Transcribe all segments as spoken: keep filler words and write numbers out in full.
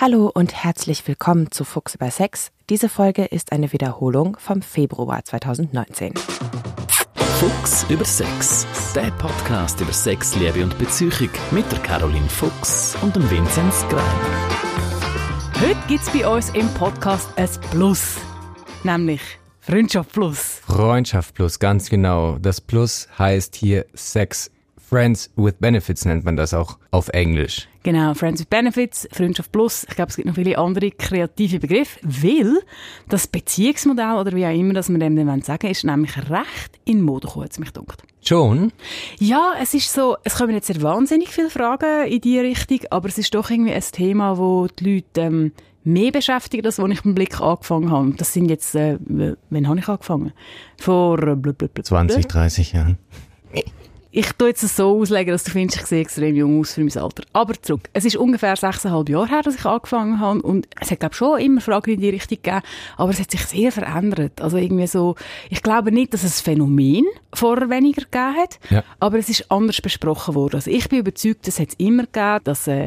Hallo und herzlich willkommen zu Fuchs über Sex. Diese Folge ist eine Wiederholung vom Februar zweitausendneunzehn. Fuchs über Sex, der Podcast über Sex, Liebe und Beziehung mit der Caroline Fuchs und dem Vinzenz Greiner. Heute gibt es bei uns im Podcast ein Plus, nämlich Freundschaft Plus. Freundschaft Plus, ganz genau. Das Plus heißt hier Sex. Friends with Benefits nennt man das auch auf Englisch. Genau, Friends with Benefits, Freundschaft Plus. Ich glaube, es gibt noch viele andere kreative Begriffe, weil das Beziehungsmodell, oder wie auch immer das wir dem dann sagen wollen, ist nämlich recht in Mode gekommen, hat es mich gedacht. Schon? Ja, es ist so, es kommen jetzt sehr wahnsinnig viele Fragen in diese Richtung, aber es ist doch irgendwie ein Thema, wo die Leute ähm, mehr beschäftigt, als als ich mit dem Blick angefangen habe. Das sind jetzt, äh, wann habe ich angefangen? Vor äh, blablabla. zwanzig, dreißig Jahren. Ich tue jetzt es so auslegen, dass du findest, ich sehe extrem jung aus für mein Alter. Aber zurück. Es ist ungefähr sechseinhalb Jahre her, dass ich angefangen habe. Und es hat, glaube ich, schon immer Fragen in die Richtung gegeben. Aber es hat sich sehr verändert. Also irgendwie so, ich glaube nicht, dass es ein Phänomen vorher weniger gegeben hat. Ja. Aber es ist anders besprochen worden. Also ich bin überzeugt, es hat es immer gegeben, dass äh,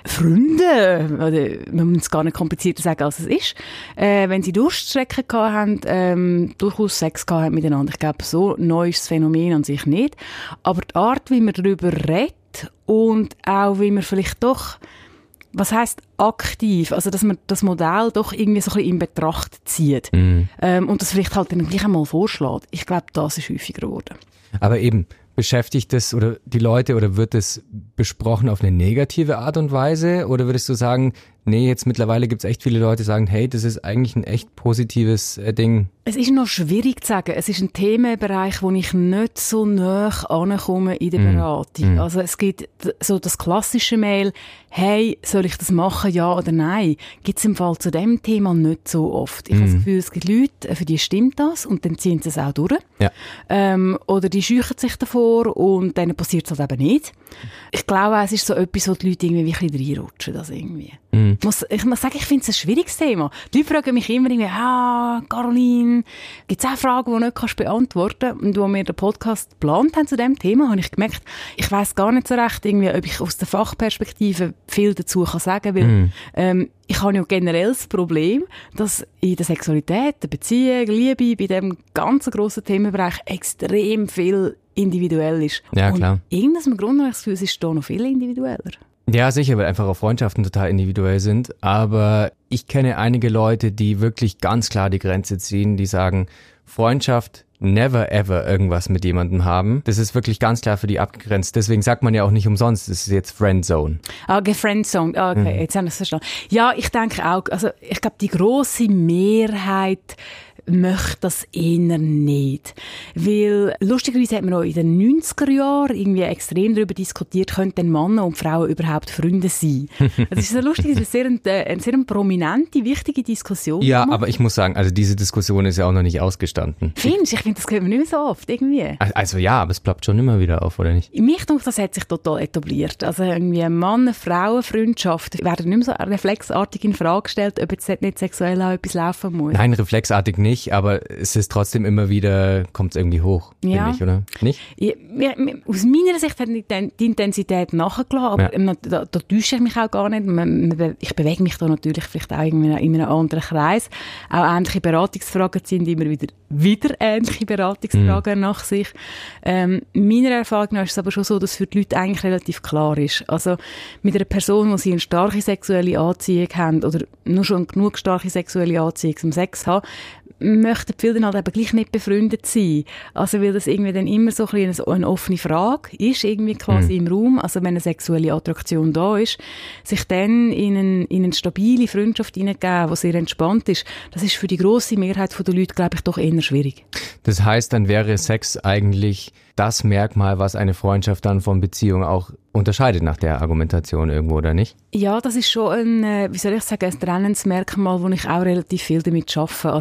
Freunde, oder man muss es gar nicht komplizierter sagen, als es ist, äh, wenn sie Durststrecken gehabt haben, ähm, durchaus Sex gehabt haben miteinander. Ich glaube, so neu ist das Phänomen an sich nicht. Aber die Art, wie man darüber redet und auch wie man vielleicht doch, was heisst aktiv, also dass man das Modell doch irgendwie so ein bisschen in Betracht zieht mm. ähm, und das vielleicht halt dann gleich einmal vorschlägt. Ich glaube, das ist häufiger geworden. Aber eben, beschäftigt das oder die Leute oder wird es besprochen auf eine negative Art und Weise oder würdest du sagen, nee, jetzt mittlerweile gibt es echt viele Leute, die sagen, hey, das ist eigentlich ein echt positives äh, Ding? Es ist noch schwierig zu sagen. Es ist ein Themenbereich, wo ich nicht so nahe ankomme in der Beratung. Mm. Also es gibt so das klassische Mail, hey, soll ich das machen, ja oder nein? Gibt es im Fall zu dem Thema nicht so oft. Ich mm. habe das Gefühl, es gibt Leute, für die stimmt das und dann ziehen sie es auch durch. Ja. Ähm, oder die scheuchen sich davor und dann passiert es halt eben nicht. Ich glaube, es ist so etwas, wo die Leute irgendwie ein bisschen reinrutschen. Das irgendwie. Mm. Ich muss, ich muss sagen, ich finde es ein schwieriges Thema. Die Leute fragen mich immer irgendwie, ah, Caroline, gibt es auch Fragen, die du nicht kannst beantworten kannst? Und als wir den Podcast geplant haben zu diesem Thema, habe ich gemerkt, ich weiss gar nicht so recht, irgendwie, ob ich aus der Fachperspektive viel dazu kann sagen kann, weil mm. ähm, ich habe ja generell das Problem, dass in der Sexualität, der Beziehung, Liebe, bei diesem ganzen grossen Themenbereich extrem viel individuell ist. Ja, klar. Und irgendeinem Grund habe ich das Gefühl, es ist da noch viel individueller. Ja, sicher, weil einfach auch Freundschaften total individuell sind. Aber ich kenne einige Leute, die wirklich ganz klar die Grenze ziehen, die sagen, Freundschaft, never ever irgendwas mit jemandem haben. Das ist wirklich ganz klar für die abgegrenzt. Deswegen sagt man ja auch nicht umsonst, das ist jetzt Friendzone. Okay, Friendzone. Okay, mhm. Jetzt habe ich es verstanden. Ja, ich denke auch, also ich glaube, die grosse Mehrheit möchte das eher nicht. Weil, lustigerweise hat man auch in den neunziger Jahren irgendwie extrem darüber diskutiert, könnten Männer und Frauen überhaupt Freunde sein. Das ist so lustig, das ist sehr eine, eine sehr prominente, wichtige Diskussion. Ja, gemacht. Aber ich muss sagen, also diese Diskussion ist ja auch noch nicht ausgestanden. Findest du? Ich finde, das hört man nicht mehr so oft, irgendwie. Also ja, aber es ploppt schon immer wieder auf, oder nicht? Mich denke, das hat sich total etabliert. Also irgendwie Mann-Frauen-Freundschaft werden nicht mehr so reflexartig in Frage gestellt, ob jetzt nicht sexuell auch etwas laufen muss. Nein, reflexartig nicht. Aber es ist trotzdem immer wieder, kommt es irgendwie hoch, ja. finde ich, oder? Nicht? Ja, aus meiner Sicht hat die Intensität nachgelassen, aber ja. da, da täusche ich mich auch gar nicht. Ich bewege mich da natürlich vielleicht auch in einem anderen Kreis. Auch ähnliche Beratungsfragen sind immer wieder, wieder ähnliche Beratungsfragen mm. nach sich. Ähm, meiner Erfahrung nach ist es aber schon so, dass für die Leute eigentlich relativ klar ist. Also mit einer Person, wo sie eine starke sexuelle Anziehung haben oder nur schon genug starke sexuelle Anziehung zum Sex haben, möchten viele dann halt eben gleich nicht befreundet sein. Also weil das irgendwie dann immer so ein bisschen eine offene Frage ist, irgendwie quasi mhm. im Raum, also wenn eine sexuelle Attraktion da ist, sich dann in eine, in eine stabile Freundschaft hineingeben, die sehr entspannt ist, das ist für die grosse Mehrheit der Leute, glaube ich, doch eher schwierig. Das heißt, dann wäre Sex eigentlich das Merkmal, was eine Freundschaft dann von Beziehung auch unterscheidet nach der Argumentation irgendwo, oder nicht? Ja, das ist schon ein, wie soll ich sagen, ein trennendes Merkmal, wo ich auch relativ viel damit arbeite. Also mm. zum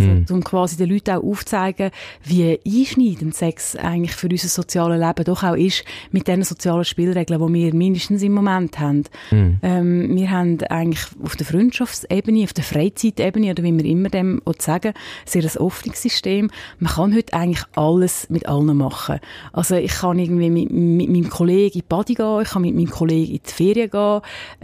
quasi den Leuten auch aufzeigen, wie einschneidend Sex eigentlich für unser soziales Leben doch auch ist, mit den sozialen Spielregeln, die wir mindestens im Moment haben. Mhm. Ähm, wir haben eigentlich auf der Freundschaftsebene, auf der Freizeitebene, oder wie wir immer dem auch sagen, sehr ein offenes System. Man kann heute eigentlich alles mit allen machen. Also ich kann irgendwie mit, mit meinem Kollegen in die Party gehen, ich kann mit meinem Kollegen in die Ferien gehen.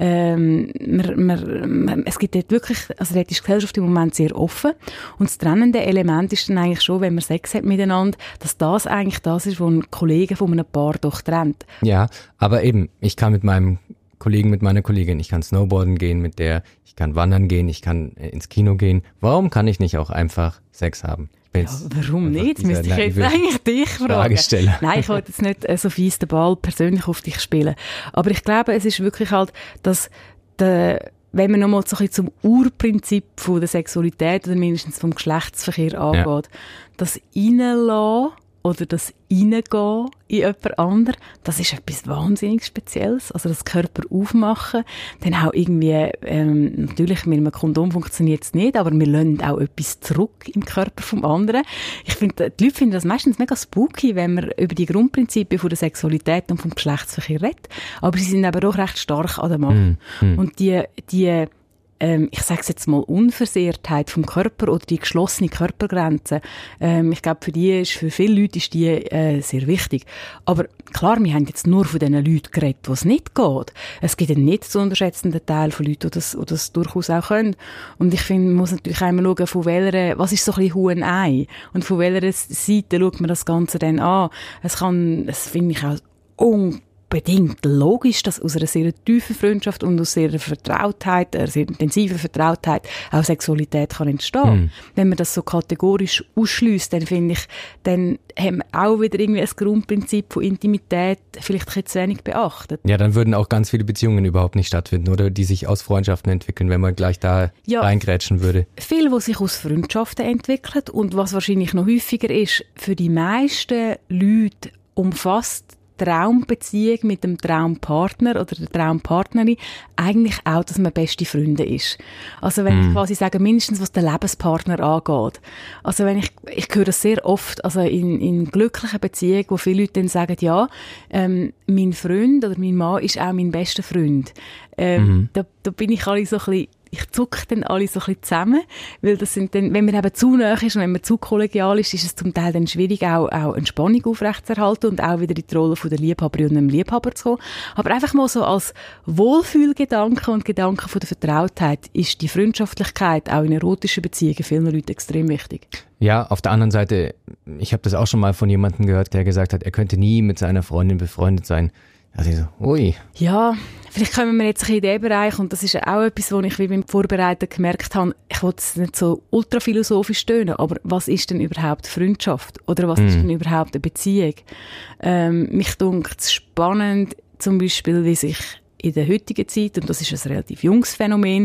Ähm, man, man, man, es gibt dort wirklich, also dort ist die Gesellschaft im Moment sehr offen. Und das trennende Element ist dann eigentlich schon, wenn man Sex hat miteinander, dass das eigentlich das ist, was ein Kollege von einem Paar doch trennt. Ja, aber eben, ich kann mit meinem Kollegen, mit meiner Kollegin, ich kann Snowboarden gehen mit der, ich kann wandern gehen, ich kann ins Kino gehen. Warum kann ich nicht auch einfach Sex haben? Ja, warum nicht? Das müsste ich jetzt eigentlich dich fragen. Nein, ich wollte jetzt nicht äh, so fies den Ball persönlich auf dich spielen. Aber ich glaube, es ist wirklich halt, dass der, wenn man nochmal so ein bisschen zum Urprinzip von der Sexualität oder mindestens vom Geschlechtsverkehr angeht, ja. das Reinlassen oder das Reingehen in jemand anderes, das ist etwas wahnsinnig Spezielles. Also das Körper aufmachen, dann auch irgendwie, ähm, natürlich mit einem Kondom funktioniert es nicht, aber wir lassen auch etwas zurück im Körper vom anderen. Ich finde, die Leute finden das meistens mega spooky, wenn man über die Grundprinzipien von der Sexualität und vom Geschlechtsverkehr redet. Aber sie sind aber auch recht stark an der Macht. Mm, mm. Und die, die Ähm, ich sage es jetzt mal, Unversehrtheit vom Körper oder die geschlossene Körpergrenze, ähm, ich glaube, für die ist, für viele Leute ist die äh, sehr wichtig. Aber klar, wir haben jetzt nur von den Leuten geredet, wo es nicht geht. Es gibt einen nicht zu unterschätzenden Teil von Leuten, die das, die das durchaus auch können. Und ich finde, man muss natürlich einmal schauen, von welcher, was ist so ein bisschen Huhn-Ei? Und von welcher Seite schaut man das Ganze dann an? Es kann, das finde ich auch unglaublich bedingt logisch, dass aus einer sehr tiefen Freundschaft und aus sehr Vertrautheit, einer sehr intensiven Vertrautheit auch Sexualität kann entstehen. Mm. Wenn man das so kategorisch ausschliesst, dann finde ich, dann haben wir auch wieder irgendwie ein Grundprinzip von Intimität vielleicht ein bisschen zu wenig beachtet. Ja, dann würden auch ganz viele Beziehungen überhaupt nicht stattfinden, oder die sich aus Freundschaften entwickeln, wenn man gleich da ja, reingrätschen würde. Viel, was sich aus Freundschaften entwickelt und was wahrscheinlich noch häufiger ist, für die meisten Leute umfasst Traumbeziehung mit dem Traumpartner oder der Traumpartnerin eigentlich auch, dass man beste Freunde ist. Also wenn mm. ich quasi sage, mindestens was den Lebenspartner angeht. Also wenn ich, ich höre das sehr oft, also in, in glücklichen Beziehungen, wo viele Leute dann sagen, ja, ähm, mein Freund oder mein Mann ist auch mein bester Freund. Ähm, mm. da, da bin ich alle so ein bisschen, ich zucke dann alle so ein bisschen zusammen, weil das sind dann, wenn man eben zu nahe ist und wenn man zu kollegial ist, ist es zum Teil dann schwierig, auch, auch eine Spannung aufrechtzuerhalten und auch wieder in die Rolle von der Liebhaberin und dem Liebhaber zu kommen. Aber einfach mal so als Wohlfühlgedanke und Gedanke von der Vertrautheit ist die Freundschaftlichkeit auch in erotischen Beziehungen vielen Leuten extrem wichtig. Ja, auf der anderen Seite, ich habe das auch schon mal von jemandem gehört, der gesagt hat, er könnte nie mit seiner Freundin befreundet sein. Also ich so, ui. Ja, vielleicht kommen wir jetzt in diesen Bereich und das ist auch etwas, wo ich wie beim Vorbereiten gemerkt habe, ich will es nicht so ultraphilosophisch tönen, aber was ist denn überhaupt Freundschaft? Oder was mm. ist denn überhaupt eine Beziehung? Ähm, mich dunkt es spannend, zum Beispiel, wie sich in der heutigen Zeit, und das ist ein relativ junges Phänomen,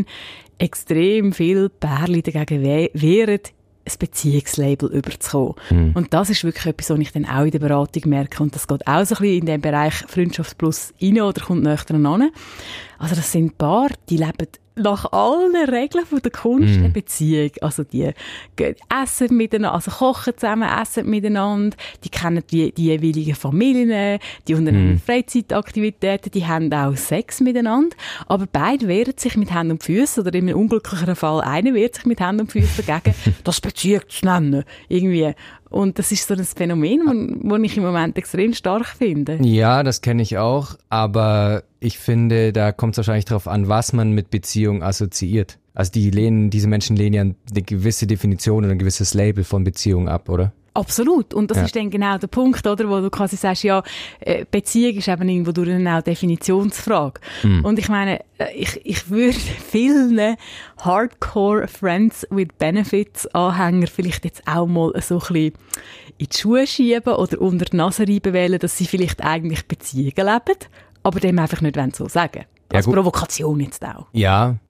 extrem viele Pärchen dagegen wehren, ein Beziehungslabel überzukommen. Mhm. Und das ist wirklich etwas, was ich dann auch in der Beratung merke. Und das geht auch so ein bisschen in den Bereich Freundschaft plus rein oder kommt näher dran. Also das sind Paare, die leben nach allen Regeln von der Kunst mm. eine Beziehung. Also die essen miteinander, also kochen zusammen, essen miteinander, die kennen die, die jeweiligen Familien, die unternehmen mm. Freizeitaktivitäten, die haben auch Sex miteinander, aber beide wehren sich mit Händen und Füßen, oder in einem unglücklicheren Fall einer wehrt sich mit Händen und Füßen dagegen, das Beziehung zu nennen, irgendwie. Und das ist so ein Phänomen, das ich im Moment extrem stark finde. Ja, das kenne ich auch, aber ich finde, da kommt es wahrscheinlich darauf an, was man mit Beziehung assoziiert. Also die lehnen, diese Menschen lehnen ja eine gewisse Definition oder ein gewisses Label von Beziehung ab, oder? Absolut. Und das ja. ist dann genau der Punkt, oder, wo du quasi sagst, ja, Beziehung ist eben irgendwo durch eine auch Definitionsfrage. Mm. Und ich meine, ich, ich würde vielen Hardcore Friends with Benefits Anhänger vielleicht jetzt auch mal so ein bisschen in die Schuhe schieben oder unter die Nase reiben wollen, dass sie vielleicht eigentlich Beziehungen leben, aber dem einfach nicht so sagen. Als ja, Provokation jetzt auch. Ja,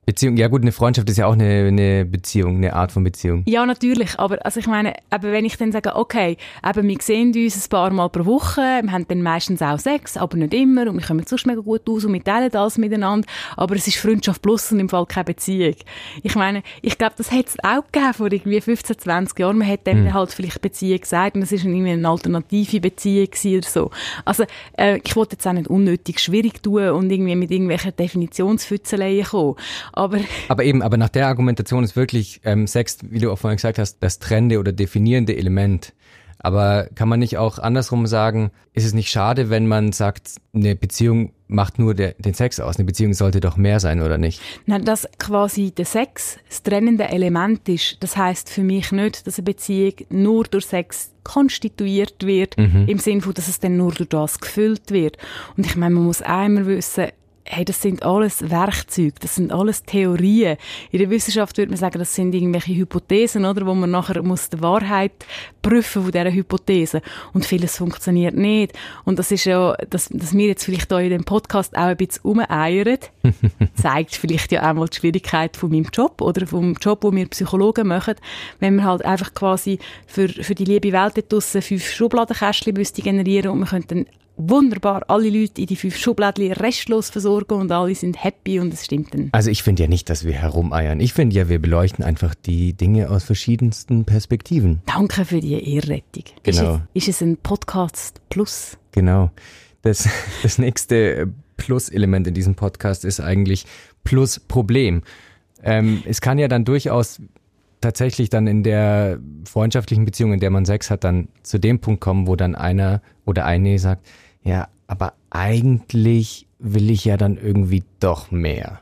Beziehung, ja gut, eine Freundschaft ist ja auch eine, eine Beziehung, eine Art von Beziehung. Ja, natürlich, aber also ich meine, eben, wenn ich dann sage, okay, eben, wir sehen uns ein paar Mal pro Woche, wir haben dann meistens auch Sex, aber nicht immer und wir kommen sonst mega gut aus und wir teilen alles miteinander, aber es ist Freundschaft plus und im Fall keine Beziehung. Ich meine, ich glaube, das hätte es auch gegeben vor irgendwie fünfzehn, zwanzig Jahren, man hat dem mhm. halt vielleicht Beziehung gesagt und es ist irgendwie eine alternative Beziehung oder so. Also äh, ich wollte jetzt auch nicht unnötig schwierig tun und irgendwie mit irgendwelchen Definitionsfützeleien kommen. Aber, aber eben, aber nach der Argumentation ist wirklich ähm, Sex, wie du auch vorhin gesagt hast, das trennende oder definierende Element. Aber kann man nicht auch andersrum sagen, ist es nicht schade, wenn man sagt, eine Beziehung macht nur der, den Sex aus, eine Beziehung sollte doch mehr sein, oder nicht? Nein, dass quasi der Sex das trennende Element ist, das heisst für mich nicht, dass eine Beziehung nur durch Sex konstituiert wird, mhm. im Sinne von, dass es dann nur durch das gefüllt wird. Und ich meine, man muss einmal wissen, hey, das sind alles Werkzeuge, das sind alles Theorien. In der Wissenschaft würde man sagen, das sind irgendwelche Hypothesen, oder, wo man nachher muss die Wahrheit prüfen von dieser Hypothese. Und vieles funktioniert nicht. Und das ist ja, dass, dass wir jetzt vielleicht hier in dem Podcast auch ein bisschen rumeiern, zeigt vielleicht ja auch mal die Schwierigkeit von meinem Job oder vom Job, den wir Psychologen machen, wenn wir halt einfach quasi für, für die liebe Welt dort draussen fünf Schubladenkästchen müsste generieren und wir könnten wunderbar alle Leute in die fünf Schubladen restlos versorgen und alle sind happy und es stimmt dann. Also ich finde ja nicht, dass wir herumeiern. Ich finde ja, wir beleuchten einfach die Dinge aus verschiedensten Perspektiven. Danke für die Ehrrettung. Genau. Ist es, ist es ein Podcast Plus? Genau. Das, das nächste Plus-Element in diesem Podcast ist eigentlich Plus-Problem. Ähm, es kann ja dann durchaus tatsächlich dann in der freundschaftlichen Beziehung, in der man Sex hat, dann zu dem Punkt kommen, wo dann einer oder eine sagt, ja, aber eigentlich will ich ja dann irgendwie doch mehr.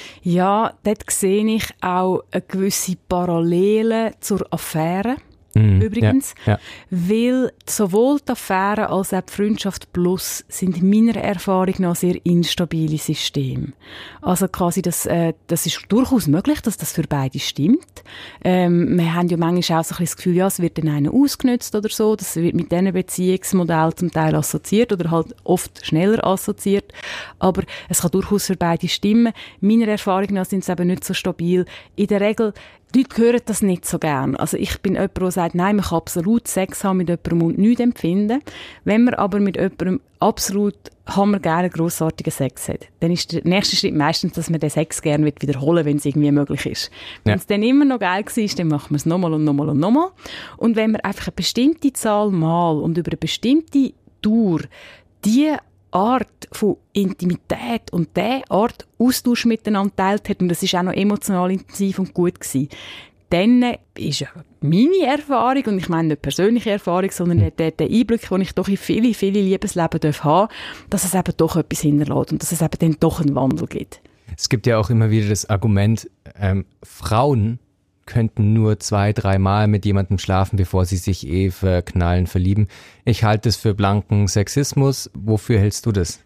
Ja, dort sehe ich auch eine gewisse Parallele zur Affäre. Mhm, Übrigens, ja, ja. Weil sowohl die Affäre als auch die Freundschaft Plus sind in meiner Erfahrung nach sehr instabile Systeme. Also quasi, das, äh, das ist durchaus möglich, dass das für beide stimmt. Ähm, wir haben ja manchmal auch so ein bisschen das Gefühl, ja, es wird dann einer ausgenutzt oder so, das wird mit diesen Beziehungsmodellen zum Teil assoziiert oder halt oft schneller assoziiert. Aber es kann durchaus für beide stimmen. Meiner Erfahrung nach sind es eben nicht so stabil. In der Regel die Leute hören das nicht so gern. Also ich bin jemand, der sagt, nein, man kann absolut Sex haben mit jemandem und nichts empfinden. Wenn man aber mit jemandem absolut hammergeilen, grossartigen Sex hat, dann ist der nächste Schritt meistens, dass man den Sex gerne wiederholen will, wenn es irgendwie möglich ist. Ja. Wenn es dann immer noch geil war, dann machen wir es nochmal und nochmal und nochmal. Und wenn man einfach eine bestimmte Zahl Mal und über eine bestimmte Dauer die Art von Intimität und diese Art Austausch miteinander teilt hat, und das war auch noch emotional intensiv und gut gewesen, dann ist ja meine Erfahrung, und ich meine nicht persönliche Erfahrung, sondern der, der Einblick, den ich doch in viele, viele Liebesleben darf haben, dass es eben doch etwas hinterlässt und dass es eben dann doch einen Wandel gibt. Es gibt ja auch immer wieder das Argument, ähm, Frauen könnten nur zwei, dreimal mit jemandem schlafen, bevor sie sich eh verknallen, verlieben. Ich halte es für blanken Sexismus. Wofür hältst du das?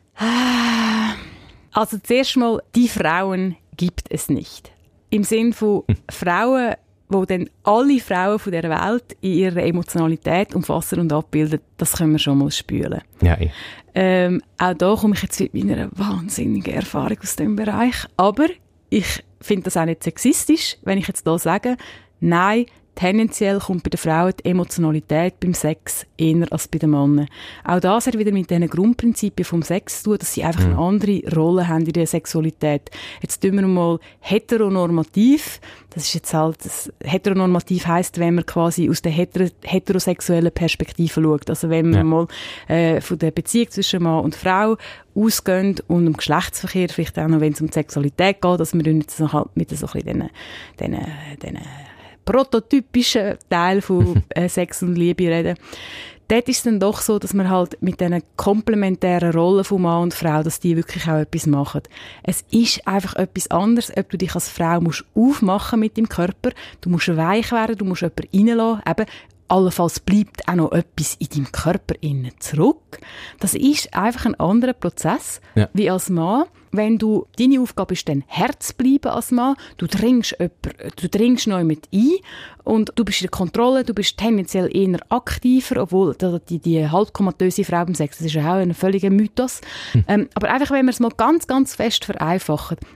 Also zuerst mal, die Frauen gibt es nicht. Im Sinn von hm. Frauen, wo dann alle Frauen von der Welt in ihrer Emotionalität umfassen und abbilden, das können wir schon mal spüren. Ja, eh. ähm, auch da komme ich jetzt mit meiner wahnsinnigen Erfahrung aus dem Bereich. Aber ich finde das auch nicht sexistisch, wenn ich jetzt da sage, nein, tendenziell kommt bei den Frauen die Emotionalität beim Sex eher als bei den Männern. Auch das hat wieder mit diesen Grundprinzipien vom Sex zu tun, dass sie einfach eine andere Rolle haben in der Sexualität. Jetzt tun wir mal heteronormativ. Das ist jetzt halt, das heteronormativ heisst, wenn man quasi aus der hetero, heterosexuellen Perspektive schaut. Also wenn man ja. mal äh, von der Beziehung zwischen Mann und Frau ausgehen und um Geschlechtsverkehr, vielleicht auch noch, wenn es um die Sexualität geht, dass wir jetzt noch halt mit so ein bisschen diesen, diesen, diesen prototypischen Teil von äh, Sex und Liebe reden. Dort ist es dann doch so, dass man halt mit diesen komplementären Rollen von Mann und Frau, dass die wirklich auch etwas machen. Es ist einfach etwas anderes, ob du dich als Frau musst aufmachen mit dem Körper, du musst weich werden, du musst jemanden reinlassen, eben allenfalls bleibt auch noch etwas in deinem Körper innen zurück. Das ist einfach ein anderer Prozess, ja. wie als Mann. Wenn du, deine Aufgabe ist dann, Herz bleiben als Mann, du dringst jemand, du dringst neu mit ein und du bist in der Kontrolle, du bist tendenziell eher aktiver, obwohl die, die halbkomatöse Frau beim Sex, das ist ja auch ein völliger Mythos. Hm. Ähm, aber einfach, wenn wir es mal ganz, ganz fest vereinfachen,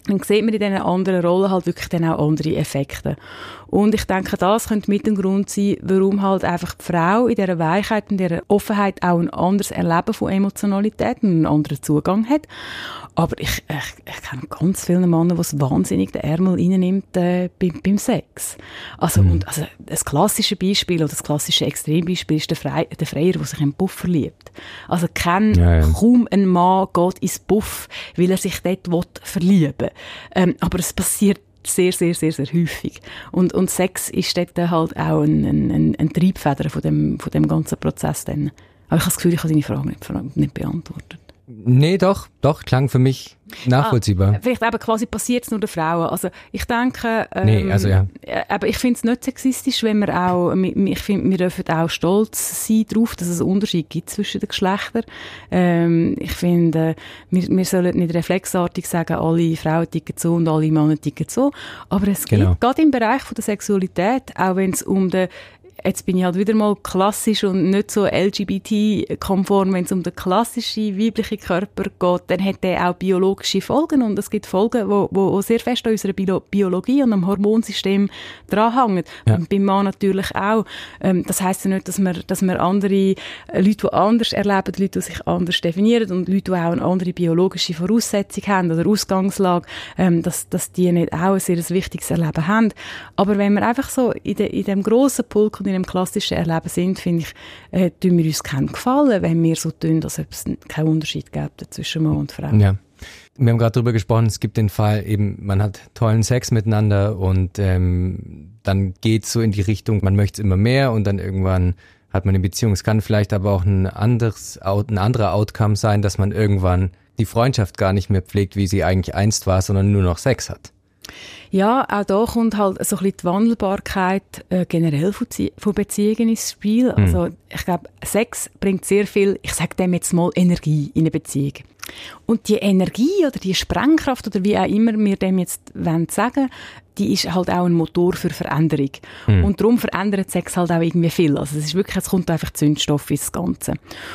dann sieht man in diesen anderen Rollen halt wirklich dann auch andere Effekte. Und ich denke, das könnte mit dem Grund sein, warum halt einfach die Frau in dieser Weichheit und dieser Offenheit auch ein anderes Erleben von Emotionalität und einen anderen Zugang hat. Aber ich, ich, ich kenne ganz viele Männer, die es wahnsinnig den Ärmel reinnimmt äh, beim, beim Sex. Also, mhm. und, also das klassische Beispiel oder das klassische Extrembeispiel ist der, Fre der Freier, der sich in den Puff verliebt. Also kenn ja, ja. kaum ein Mann geht ins Puff, weil er sich dort will verlieben will. Ähm, aber es passiert sehr, sehr, sehr, sehr häufig. Und, und Sex ist dort halt auch ein, ein, ein Triebfeder von dem, von dem ganzen Prozess. Dann. Aber ich habe das Gefühl, ich habe deine Frage nicht, nicht beantwortet. Nee, doch, doch, klang für mich nachvollziehbar. Ah, vielleicht eben quasi passiert es nur den Frauen. Also ich denke, ähm, nee, also ja. aber ich finde es nicht sexistisch, wenn wir auch, ich finde, wir dürfen auch stolz sein darauf, dass es einen Unterschied gibt zwischen den Geschlechtern. Ähm, ich finde, wir, wir sollen nicht reflexartig sagen, alle Frauen ticken so und alle Männer ticken so. Aber es gibt, genau. gerade im Bereich von der Sexualität, auch wenn es um den Jetzt bin ich halt wieder mal klassisch und nicht so L G B T-konform. Wenn es um den klassischen weiblichen Körper geht, dann hat der auch biologische Folgen. Und es gibt Folgen, die, die sehr fest an unserer Bio- Biologie und am Hormonsystem dranhängen. Ja. Und beim Mann natürlich auch. Ähm, das heisst ja nicht, dass wir, dass wir andere Leute, die anders erleben, Leute, die sich anders definieren und Leute, die auch eine andere biologische Voraussetzung haben oder Ausgangslage, ähm, dass, dass die nicht auch ein sehr wichtiges Erleben haben. Aber wenn wir einfach so in, de, in dem grossen Pulk in einem klassischen Erleben sind, finde ich, äh, tun wir uns keinen Gefallen, wenn wir so tun, als ob es keinen Unterschied gibt zwischen Mann und Frau. Ja. Wir haben gerade darüber gesprochen, es gibt den Fall eben, man hat tollen Sex miteinander und ähm, dann geht es so in die Richtung, man möchte es immer mehr und dann irgendwann hat man eine Beziehung. Es kann vielleicht aber auch ein anderes, ein anderer Outcome sein, dass man irgendwann die Freundschaft gar nicht mehr pflegt, wie sie eigentlich einst war, sondern nur noch Sex hat. Ja, auch da kommt halt so ein bisschen die Wandelbarkeit äh, generell von, von Beziehungen ins Spiel. Mhm. Also ich glaube, Sex bringt sehr viel, ich sage dem jetzt mal, Energie in eine Beziehung. Und die Energie oder die Sprengkraft oder wie auch immer wir dem jetzt wollen sagen, die ist halt auch ein Motor für Veränderung. Mhm. Und darum verändert Sex halt auch irgendwie viel. Also es ist wirklich, es kommt einfach Zündstoff ins Ganze.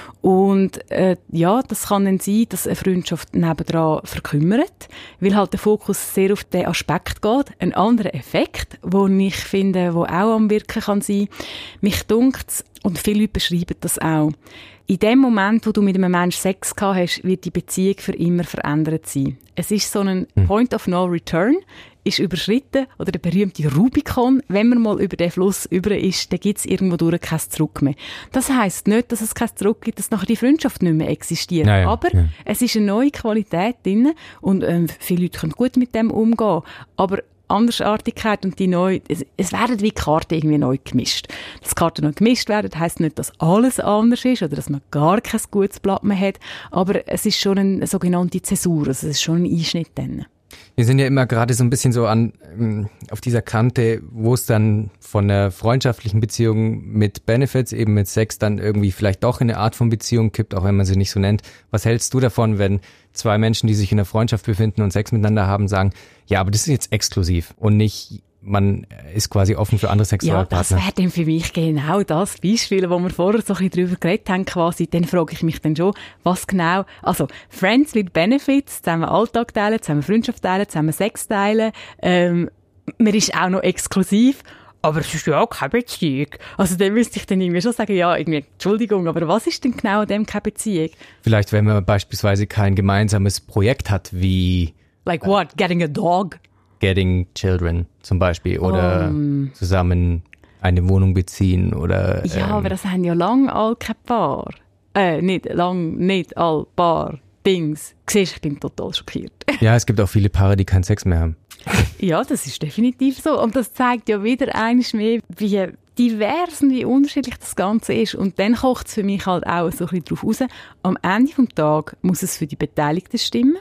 Und äh, ja, das kann dann sein, dass eine Freundschaft nebendran verkümmert, weil halt der Fokus sehr auf den Aspekt geht. Ein anderer Effekt, den ich finde, der auch am Wirken kann sein. Mich dunkt's, und viele Leute beschreiben das auch, in dem Moment, wo du mit einem Menschen Sex gehabt hast, wird die Beziehung für immer verändert sein. Es ist so ein Point of No Return, ist überschritten, oder der berühmte Rubikon. Wenn man mal über den Fluss über ist, dann gibt es irgendwo durch kein Zurück mehr. Das heisst nicht, dass es kein Zurück gibt, dass nachher die Freundschaft nicht mehr existiert. Naja, aber ja. es ist eine neue Qualität drin und ähm, viele Leute können gut mit dem umgehen. Aber Andersartigkeit und die neu, es, es werden wie Karten irgendwie neu gemischt. Dass Karten neu gemischt werden, heisst nicht, dass alles anders ist oder dass man gar kein gutes Blatt mehr hat, aber es ist schon eine sogenannte Zäsur, also es ist schon ein Einschnitt dann. Wir sind ja immer gerade so ein bisschen so an auf dieser Kante, wo es dann von einer freundschaftlichen Beziehung mit Benefits, eben mit Sex, dann irgendwie vielleicht doch in eine Art von Beziehung kippt, auch wenn man sie nicht so nennt. Was hältst du davon, wenn zwei Menschen, die sich in einer Freundschaft befinden und Sex miteinander haben, sagen, ja, aber das ist jetzt exklusiv und nicht, man ist quasi offen für andere Sexualpartner. Ja, das wäre dann für mich genau das Beispiel, wo wir vorher so ein bisschen drüber geredet haben quasi. Dann frage ich mich dann schon, was genau, also Friends with Benefits, zusammen Alltag teilen, zusammen Freundschaft teilen, zusammen Sex teilen, ähm, man ist auch noch exklusiv, aber es ist ja auch keine Beziehung. Also dann müsste ich dann irgendwie schon sagen, ja, irgendwie, Entschuldigung, aber was ist denn genau an dem keine Beziehung? Vielleicht, wenn man beispielsweise kein gemeinsames Projekt hat, wie... Like what? Getting a dog? Getting Children zum Beispiel oder um, zusammen eine Wohnung beziehen oder... Ja, ähm, aber das haben ja lang all kein Paar. Äh, nicht lang, nicht all Paar Dings. Siehst, ich bin total schockiert. Ja, es gibt auch viele Paare, die keinen Sex mehr haben. Ja, das ist definitiv so. Und das zeigt ja wieder eines mehr, wie divers und wie unterschiedlich das Ganze ist. Und dann kocht es für mich halt auch so ein bisschen drauf raus. Am Ende des Tages muss es für die Beteiligten stimmen.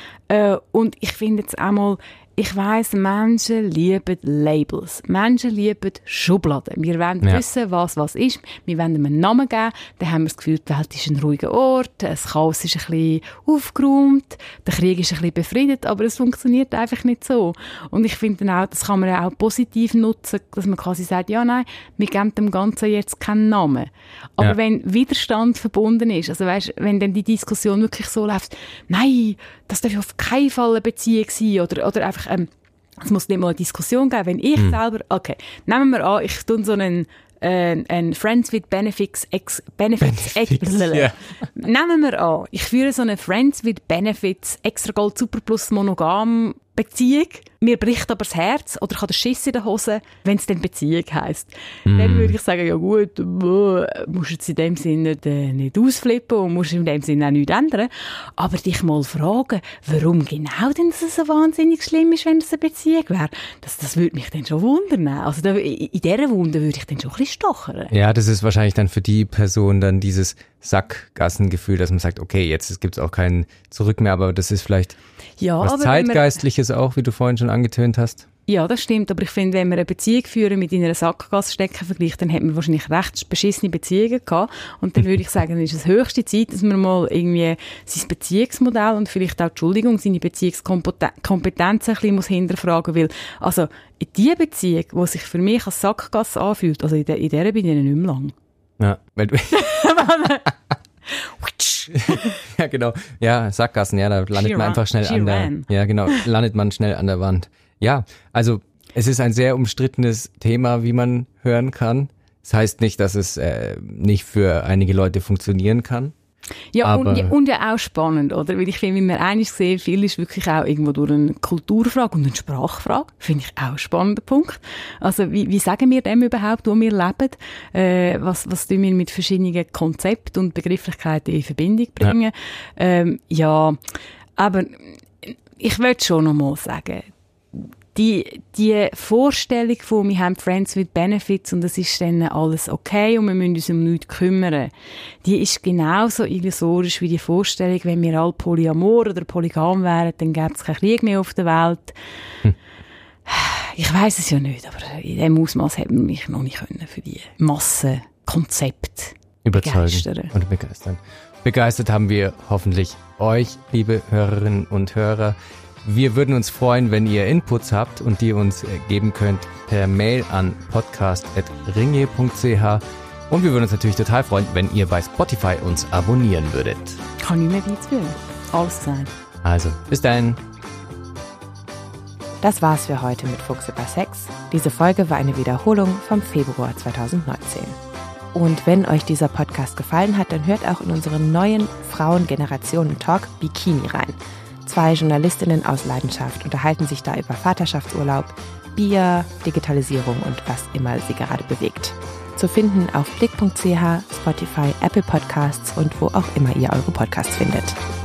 Äh, und ich finde jetzt auch mal, ich weiss, Menschen lieben Labels. Menschen lieben Schubladen. Wir wollen ja. wissen, was was ist. Wir wollen ihm einen Namen geben. Dann haben wir das Gefühl, die Welt ist ein ruhiger Ort. Das Chaos ist ein bisschen aufgeräumt. Der Krieg ist ein bisschen befriedet. Aber es funktioniert einfach nicht so. Und ich finde dann auch, das kann man auch positiv nutzen, dass man quasi sagt, ja, nein, wir geben dem Ganzen jetzt keinen Namen. Aber ja. wenn Widerstand verbunden ist, also weißt, wenn dann die Diskussion wirklich so läuft, nein, das darf auf keinen Fall eine Beziehung sein oder, oder einfach, ähm, es muss nicht mal eine Diskussion geben, wenn ich hm. selber, okay, nehmen wir an, ich tue so einen Ein, ein Friends with Benefits Ex, Benefits, Benefits ex, yeah. Nehmen wir an, ich führe so eine Friends with Benefits Extra Gold Super Plus Monogam Beziehung. Mir bricht aber das Herz oder ich habe den Schiss in der Hose, wenn es dann Beziehung heisst. Mm. Dann würde ich sagen, ja gut, musst jetzt in dem Sinne nicht, äh, nicht ausflippen und musst in dem Sinne auch nichts ändern. Aber dich mal fragen, warum genau denn das so wahnsinnig schlimm ist, wenn es eine Beziehung wäre, das, das würde mich dann schon wundern. Also da, in dieser Wunde würde ich dann schon ein bisschen stochern. Ja, das ist wahrscheinlich dann für die Person dann dieses Sackgassengefühl, dass man sagt, okay, jetzt gibt es auch kein Zurück mehr, aber das ist vielleicht ja, was Zeitgeistliches auch, wie du vorhin schon angetönt hast. Ja, das stimmt, aber ich finde, wenn wir eine Beziehung führen mit in einer Sackgasse stecken vergleicht, dann hat man wahrscheinlich recht beschissene Beziehungen gehabt und dann würde ich sagen, dann ist es höchste Zeit, dass man mal irgendwie sein Beziehungsmodell und vielleicht auch, Entschuldigung, seine Beziehungskompetenzen ein bisschen muss hinterfragen, weil also in die Beziehung, die sich für mich als Sackgasse anfühlt, also in der, in der bin ich nicht mehr lang. Ja, weil du ja, genau. Ja, Sackgassen, ja, da landet She man einfach schnell an der, ran. ja, genau, landet man schnell an der Wand. Ja, also, es ist ein sehr umstrittenes Thema, wie man hören kann. Das heißt nicht, dass es äh, nicht für einige Leute funktionieren kann. Ja, und, ja, und ja auch spannend, oder? Weil ich finde, wie wir eigentlich sehen, viel ist wirklich auch irgendwo durch eine Kulturfrage und eine Sprachfrage. Finde ich auch ein spannender Punkt. Also, wie, wie sagen wir dem überhaupt, wo wir leben? Äh, was, was tun wir mit verschiedenen Konzepten und Begrifflichkeiten in Verbindung bringen? Ja, ähm, ja aber ich will schon noch mal sagen, Die, die Vorstellung von, wir haben Friends with Benefits und es ist dann alles okay und wir müssen uns um nichts kümmern, die ist genauso illusorisch wie die Vorstellung, wenn wir alle Polyamor oder polygam wären, dann gäbe es keinen Krieg mehr auf der Welt. Hm. Ich weiss es ja nicht, aber in diesem Ausmaß hat man mich noch nicht können für die Massenkonzepte überzeugen und begeistern. Begeistert haben wir hoffentlich euch, liebe Hörerinnen und Hörer. Wir würden uns freuen, wenn ihr Inputs habt und die uns geben könnt per Mail an podcast at ringier punkt c h. Und wir würden uns natürlich total freuen, wenn ihr bei Spotify uns abonnieren würdet. Kann ich mir beizufügen. Alles sein. Also, bis dahin. Das war's für heute mit Fuchs über Sex. Diese Folge war eine Wiederholung vom Februar zweitausendneunzehn. Und wenn euch dieser Podcast gefallen hat, dann hört auch in unseren neuen Frauen-Generationen-Talk Bikini rein. Zwei Journalistinnen aus Leidenschaft unterhalten sich da über Vaterschaftsurlaub, Bier, Digitalisierung und was immer sie gerade bewegt. Zu finden auf blick punkt c h, Spotify, Apple Podcasts und wo auch immer ihr eure Podcasts findet.